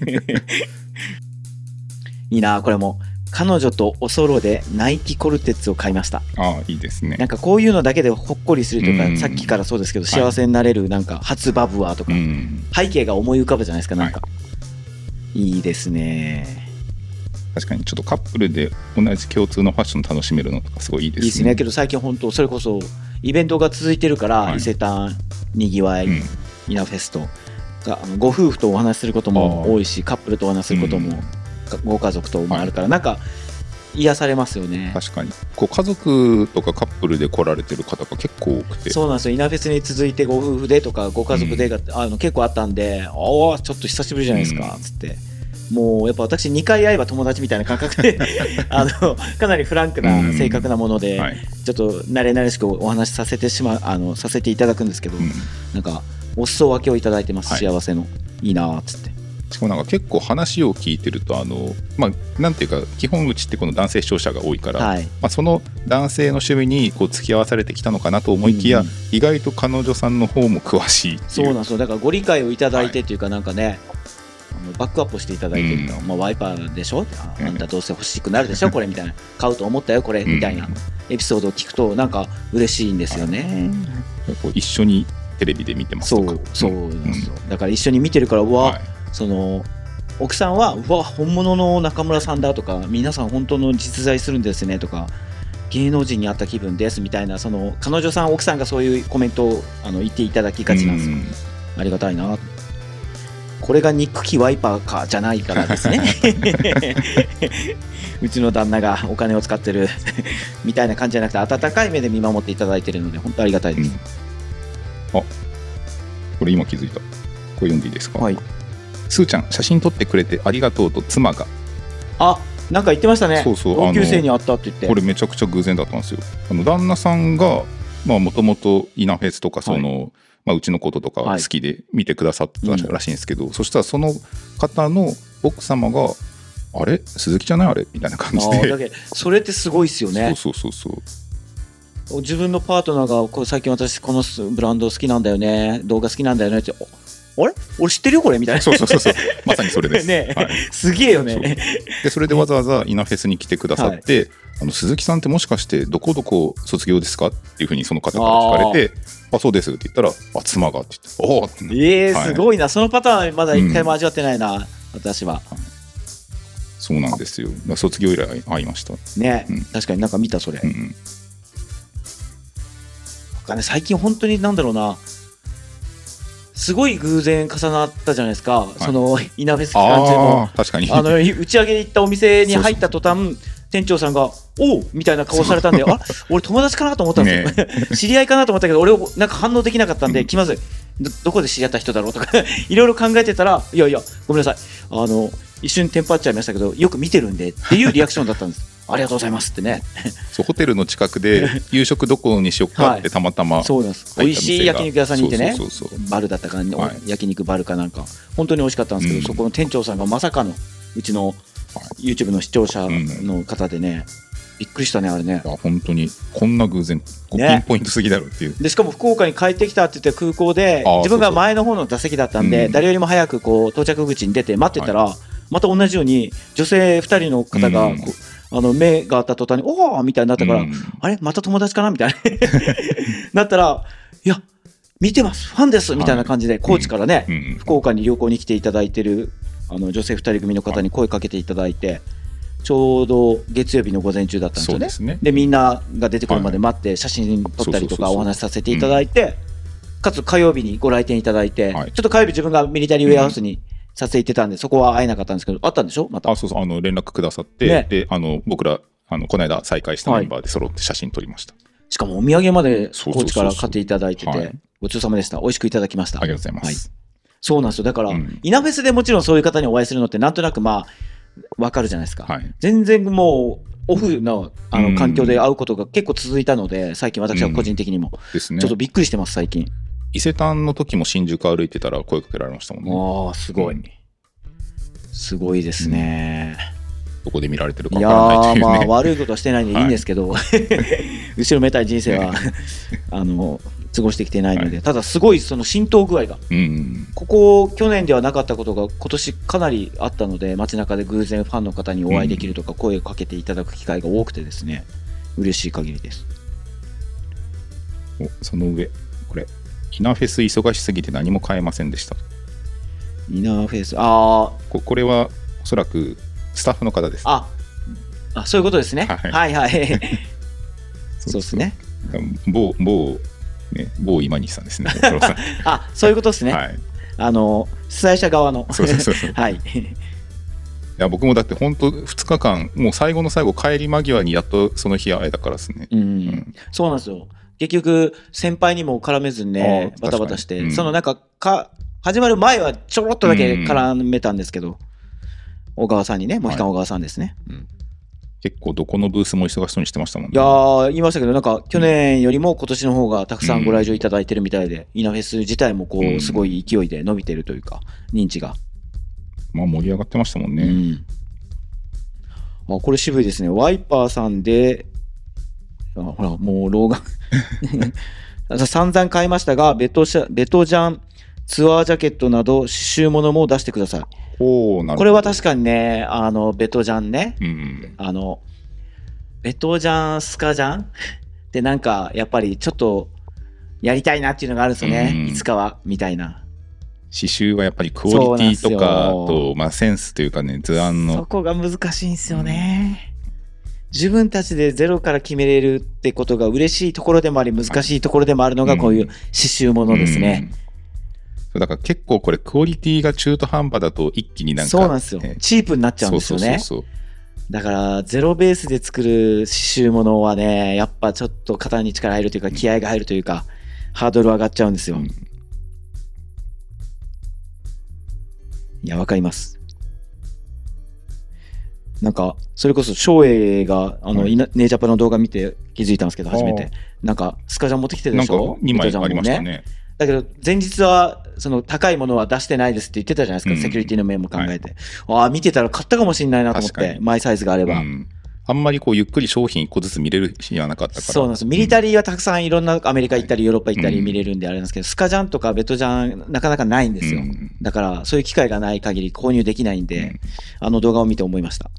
ないいなこれも。彼女とおソロでナイキコルテッツを買いました。 いいですね。 なんかこういうのだけでほっこりするというか、さっきからそうですけど幸せになれるなんか初バブアーとか、背景が思い浮かぶじゃないですか。なんか、いいですね。 確かにちょっとカップルで同じ共通のファッション楽しめるのとかすごいいいですね。 いいですね。けど最近本当それこそイベントが続いてるから、伊勢丹にぎわい、イナフェストがご夫婦とお話しすることも多いし、カップルとお話しすることも、ご家族ともあるから、なんか癒されますよね。 確かにこう家族とかカップルで来られてる方が結構多くて、 そうなんですよ。イナフェスに続いてご夫婦でとかご家族でが、結構あったんで、ちょっと久しぶりじゃないですか、つってもうやっぱ私2回会えば友達みたいな感覚でかなりフランクな正確なもので、ちょっと慣れ慣れしくお話しさせてさせていただくんですけど、なんかお裾分けをいただいてます、幸せのいいなーっつって。 しかもなんか結構話を聞いてるとなんていうか基本うちってこの男性視聴者が多いから、その男性の趣味にこう付き合わされてきたのかなと思いきや、意外と彼女さんの方も詳しいっていう。 そうなんですよ。だからご理解をいただいてっていうか、なんかね、バックアップしていただいてるから、ワイパーでしょ、あんたどうせ欲しくなるでしょこれみたいな、買うと思ったよこれみたいなエピソードを聞くとなんか嬉しいんですよね。 こう一緒にテレビで見てますとか。 そうなんですよ。だから一緒に見てるからその奥さんは本物の中村さんだとか、皆さん本当の実在するんですねとか、芸能人に会った気分ですみたいな、その彼女さん奥さんがそういうコメントを言っていただきがちなんですよ。ありがたいな。これが憎きワイパーかじゃないからですねうちの旦那がお金を使ってるみたいな感じじゃなくて、温かい目で見守っていただいているので本当ありがたいです。 これ今気づいた。これ読んでいいですか。スーちゃん写真撮ってくれてありがとうと妻が。 なんか言ってましたね。 そう同級生に会ったって言って。 これめちゃくちゃ偶然だったんですよ。旦那さんがもともとイナフェスとかうちのこととか好きで見てくださったらしいんですけど、そしたらその方の奥様があれ鈴木じゃないあれみたいな感じで。 だけどそれってすごいですよね。 そう自分のパートナーが最近私このブランド好きなんだよね、動画好きなんだよねって、あれ俺知ってるよこれみたいな。 そうまさにそれですね、すげえよね。 でそれでわざわざイナフェスに来てくださって、鈴木さんってもしかしてどこどこ卒業ですかっていうふうにその方から聞かれて、そうですって言ったら妻がって言って、 すごいな。そのパターンまだ一回も味わってないな、私は。 そうなんですよ。卒業以来会いましたね、確かになんか見たそれ。最近本当になんだろうな、すごい偶然重なったじゃないですか、そのイナフェス期間中も。 確かに打ち上げで行ったお店に入った途端、店長さんがおうみたいな顔されたんで、俺友達かなと思ったんですよ、知り合いかなと思ったけど俺なんか反応できなかったんで、気まずい、どこで知り合った人だろうとかいろいろ考えてたら、いやごめんなさい、一瞬テンパっちゃいましたけどよく見てるんでっていうリアクションだったんですありがとうございますってね。 ホテルの近くで夕食どこにしよっかってたまたま、 そうなんです。美味しい焼肉屋さんにいてね、バルだったか、焼肉バルかなんか本当に美味しかったんですけど、そこの店長さんがまさかのうちの YouTube の視聴者の方でね、びっくりしたねあれね。 本当にこんな偶然ピンポイントすぎだろうっていう。 でしかも福岡に帰ってきたって言って空港で自分が前の方の座席だったんで、誰よりも早くこう到着口に出て待ってたら、また同じように女性2人の方が目が合った途端におーみたいになったから、あれまた友達かなみたいななったら、いや見てますファンですみたいな感じで、高知からね、福岡に旅行に来ていただいてる女性2人組の方に声かけていただいて、ちょうど月曜日の午前中だったんですよね。でみんなが出てくるまで待って写真撮ったりとかお話しさせていただいて、かつ火曜日にご来店いただいて、ちょっと火曜日自分がミリタリーウェアハウスに撮影行ってたんで、そこは会えなかったんですけど、あったんでしょまた。 そう連絡くださって、で僕らこの間再会したメンバーで揃って写真撮りました。 しかもお土産まで高知から買っていただいてて、ごちそうさまでした。美味しくいただきました。 ありがとうございます。 そうなんですよ。だから、イナフェスでもちろんそういう方にお会いするのってなんとなく分かるじゃないですか。全然もうオフの環境で会うことが結構続いたので、最近私は個人的にもですね。 ちょっとびっくりしてます最近。 伊勢丹の時も新宿歩いてたら声かけられましたもんね。 ああ、すごい、すごいですね。 どこで見られてるかわからないというね。 いやまあ悪いことはしてないんでいいんですけど、後ろめたい人生は過ごしてきてないので、ただすごいその浸透具合が、ここ去年ではなかったことが今年かなりあったので、街中で偶然ファンの方にお会いできるとか声をかけていただく機会が多くてですね、嬉しい限りです。 その上これイナフェス忙しすぎて何も買えませんでした。 イナフェスこれはおそらくスタッフの方です。 そういうことですね。はいそうですね。 某今西さんですね。 そういうことですね。主催者側の。はい。いや僕もだって本当2日間もう最後の最後帰り間際にやっとその日会えたからですね。 そうなんですよ。結局先輩にも絡めずにねバタバタして、そのなんか始まる前はちょろっとだけ絡めたんですけど、小川さんにね、モヒカン小川さんですね。 結構どこのブースも忙しそうにしてましたもんね。 いや言いましたけど、なんか去年よりも今年の方がたくさんご来場いただいてるみたいで、イナフェス自体もこうすごい勢いで伸びてるというか、認知が盛り上がってましたもんね。 これ渋いですね。ワイパーさんでほらもう老眼散々買いましたが、ベトジャンツアージャケットなど刺繍物も出してください。これは確かにね、ベトジャンね、ベトジャンスカジャンってなんかやっぱりちょっとやりたいなっていうのがあるんですよね、いつかはみたいな。 刺繍はやっぱりクオリティとかと、センスというかね、図案のそこが難しいんですよね。自分たちでゼロから決めれるってことが嬉しいところでもあり、難しいところでもあるのがこういう刺繍ものですね。 だから結構これクオリティが中途半端だと一気になんかそうなんですよ、チープになっちゃうんですよね。だからゼロベースで作る刺繍ものはね、やっぱちょっと肩に力入るというか気合が入るというか、ハードル上がっちゃうんですよ。いやわかります。なんかそれこそ翔英がネジャパの動画見て気づいたんですけど、初めてなんかスカジャン持ってきてるでしょ。 2枚ありましたね。 だけど前日はその高いものは出してないですって言ってたじゃないですか、セキュリティの面も考えて、見てたら買ったかもしれないなと思って、マイサイズがあれば、 あんまりこうゆっくり商品1個ずつ見れる日はなかったから。 そうなんです。ミリタリーはたくさんいろんなアメリカ行ったりヨーロッパ行ったり見れるんであれなんですけど、スカジャンとかベトジャンなかなかないんですよ。だからそういう機会がない限り購入できないんで、動画を見て思いました。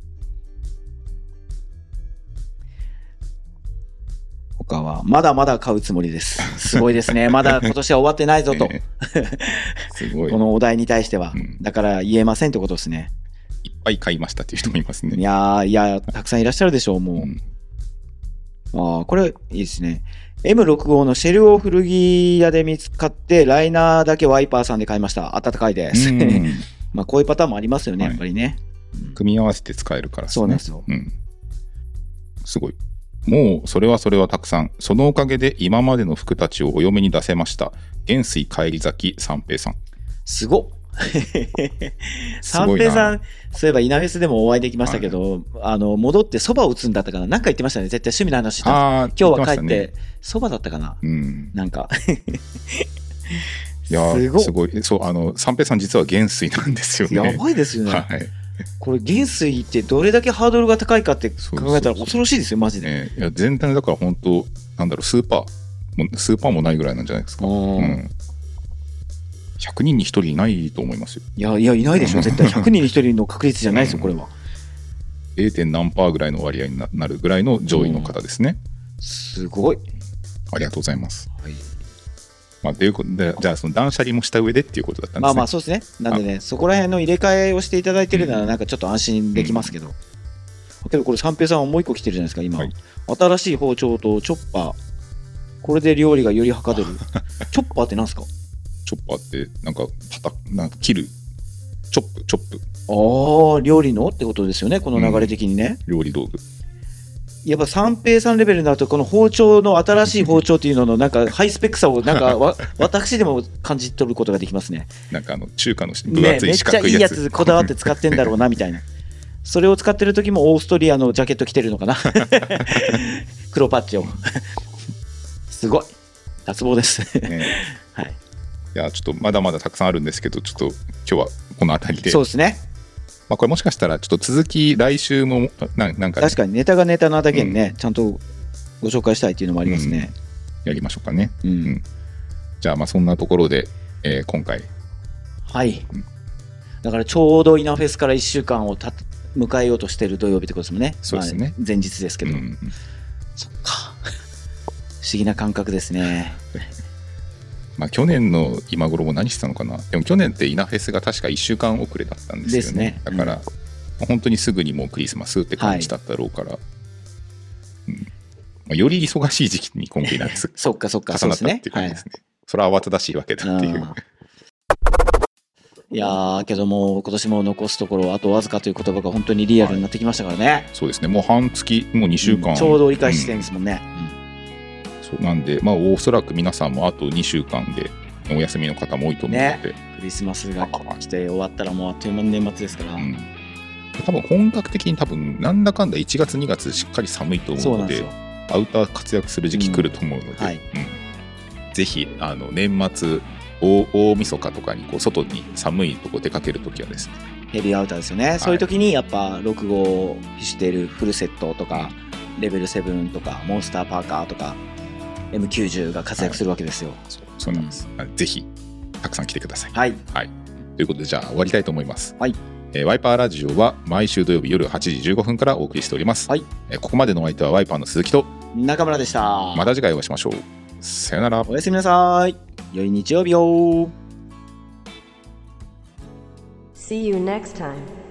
他はまだまだ買うつもりです。すごいですね。まだ今年は終わってないぞとすごいこのお題に対しては、だから言えませんってことですね。 いっぱい買いましたっていう人もいますね。 いやたくさんいらっしゃるでしょうもう、これいいですね。 M65 のシェルを古着屋で見つかってライナーだけワイパーさんで買いました。暖かいですこういうパターンもありますよね、やっぱりね、 組み合わせて使えるからですね。 そうなんですよ、 すごい。もうそれはたくさん。そのおかげで今までの服たちをお嫁に出せました。元帥帰り咲き三平さん。 すごっ三平さん、そういえばイナフェスでもお会いできましたけど、戻ってそばを打つんだったかな、なんか言ってましたね。絶対趣味の話してたんです。今日は帰ってそばだったかな、なんかいやすごい。そう三平さん実は元帥なんですよね。 やばいですよね、これ元帥ってどれだけハードルが高いかって考えたら恐ろしいですよマジで。 いや全体のだから本当なんだろう、スーパーもないぐらいなんじゃないですか。100人に1人いないと思いますよ。いやいないでしょ絶対。100人に1人の確率じゃないですよこれは。 0. 何パーぐらいの割合になるぐらいの上位の方ですね。 すごい、 ありがとうございます。ということで、じゃあその断捨離もした上でっていうことだったんですね。 そうですね。なんでね、そこら辺の入れ替えをしていただいてるならなんかちょっと安心できますけど、けどこれ三平さんはもう一個来てるじゃないですか今、新しい包丁とチョッパー、これで料理がよりはかどるチョッパーってなんですか？ チョッパーってなんか切るチョップ。 料理のってことですよね、この流れ的にね、 料理道具。 やっぱ三平さんレベルになるとこの包丁の新しい包丁っていうののなんかハイスペックさをなんか私でも感じ取ることができますね。 なんか中華の分厚い四角いやつ、 めっちゃいいやつこだわって使ってんだろうなみたいな。 それを使ってる時もオーストリアのジャケット着てるのかな黒パッチをすごい脱帽ですはい。 いやちょっとまだまだたくさんあるんですけど、ちょっと今日はこの辺りで。 そうですね。 まあ、これもしかしたらちょっと続き来週もなんか、ね、 確かにネタがネタなだけにね、ちゃんとご紹介したいっていうのもありますね。 やりましょうかね。じゃあまあそんなところで、今回はい、だからちょうどイナフェスから1週間を迎えようとしている土曜日ってことですもんね。 そうですね、 まあ、前日ですけど、そっか不思議な感覚ですねまあ去年の今頃も何してたのかな。でも去年ってイナフェスが確か1週間遅れだったんですよ ね。だから、本当にすぐにもうクリスマスって感じだったろうから、まあ、より忙しい時期に今回イナフェスそっかそっか重なったっていう感じですね。それは慌ただしいわけだっていう。 いやーけども今年も残すところあとわずかという言葉が本当にリアルになってきましたからね。 そうですね。もう半月もう2週間、 ちょうど折り返し地点ですもんね。 そうなんで、まあ、おそらく皆さんもあと2週間でお休みの方も多いと思うので、 クリスマスが来て終わったらもうあっという間に年末ですから、 多分本格的になんだかんだ1月2月しっかり寒いと思うので、アウター活躍する時期来ると思うので、ぜひ年末大晦日とかにこう外に寒いとこ出かけるときはですね、 ヘビーアウターですよね、そういう時にやっぱ6号フィッシュテールフルセットとか、レベル7とかモンスターパーカーとか M90 が活躍するわけですよ。 そうなんです、ぜひたくさん来てください。 はい、 ということでじゃあ終わりたいと思います。 はい。 ワイパーラジオは毎週土曜日夜8時15分からお送りしております。 はい。 ここまでのお相手はワイパーの鈴木と中村でした。 また次回お会いしましょう。さよなら。 おやすみなさい。良い日曜日を。 See you next time.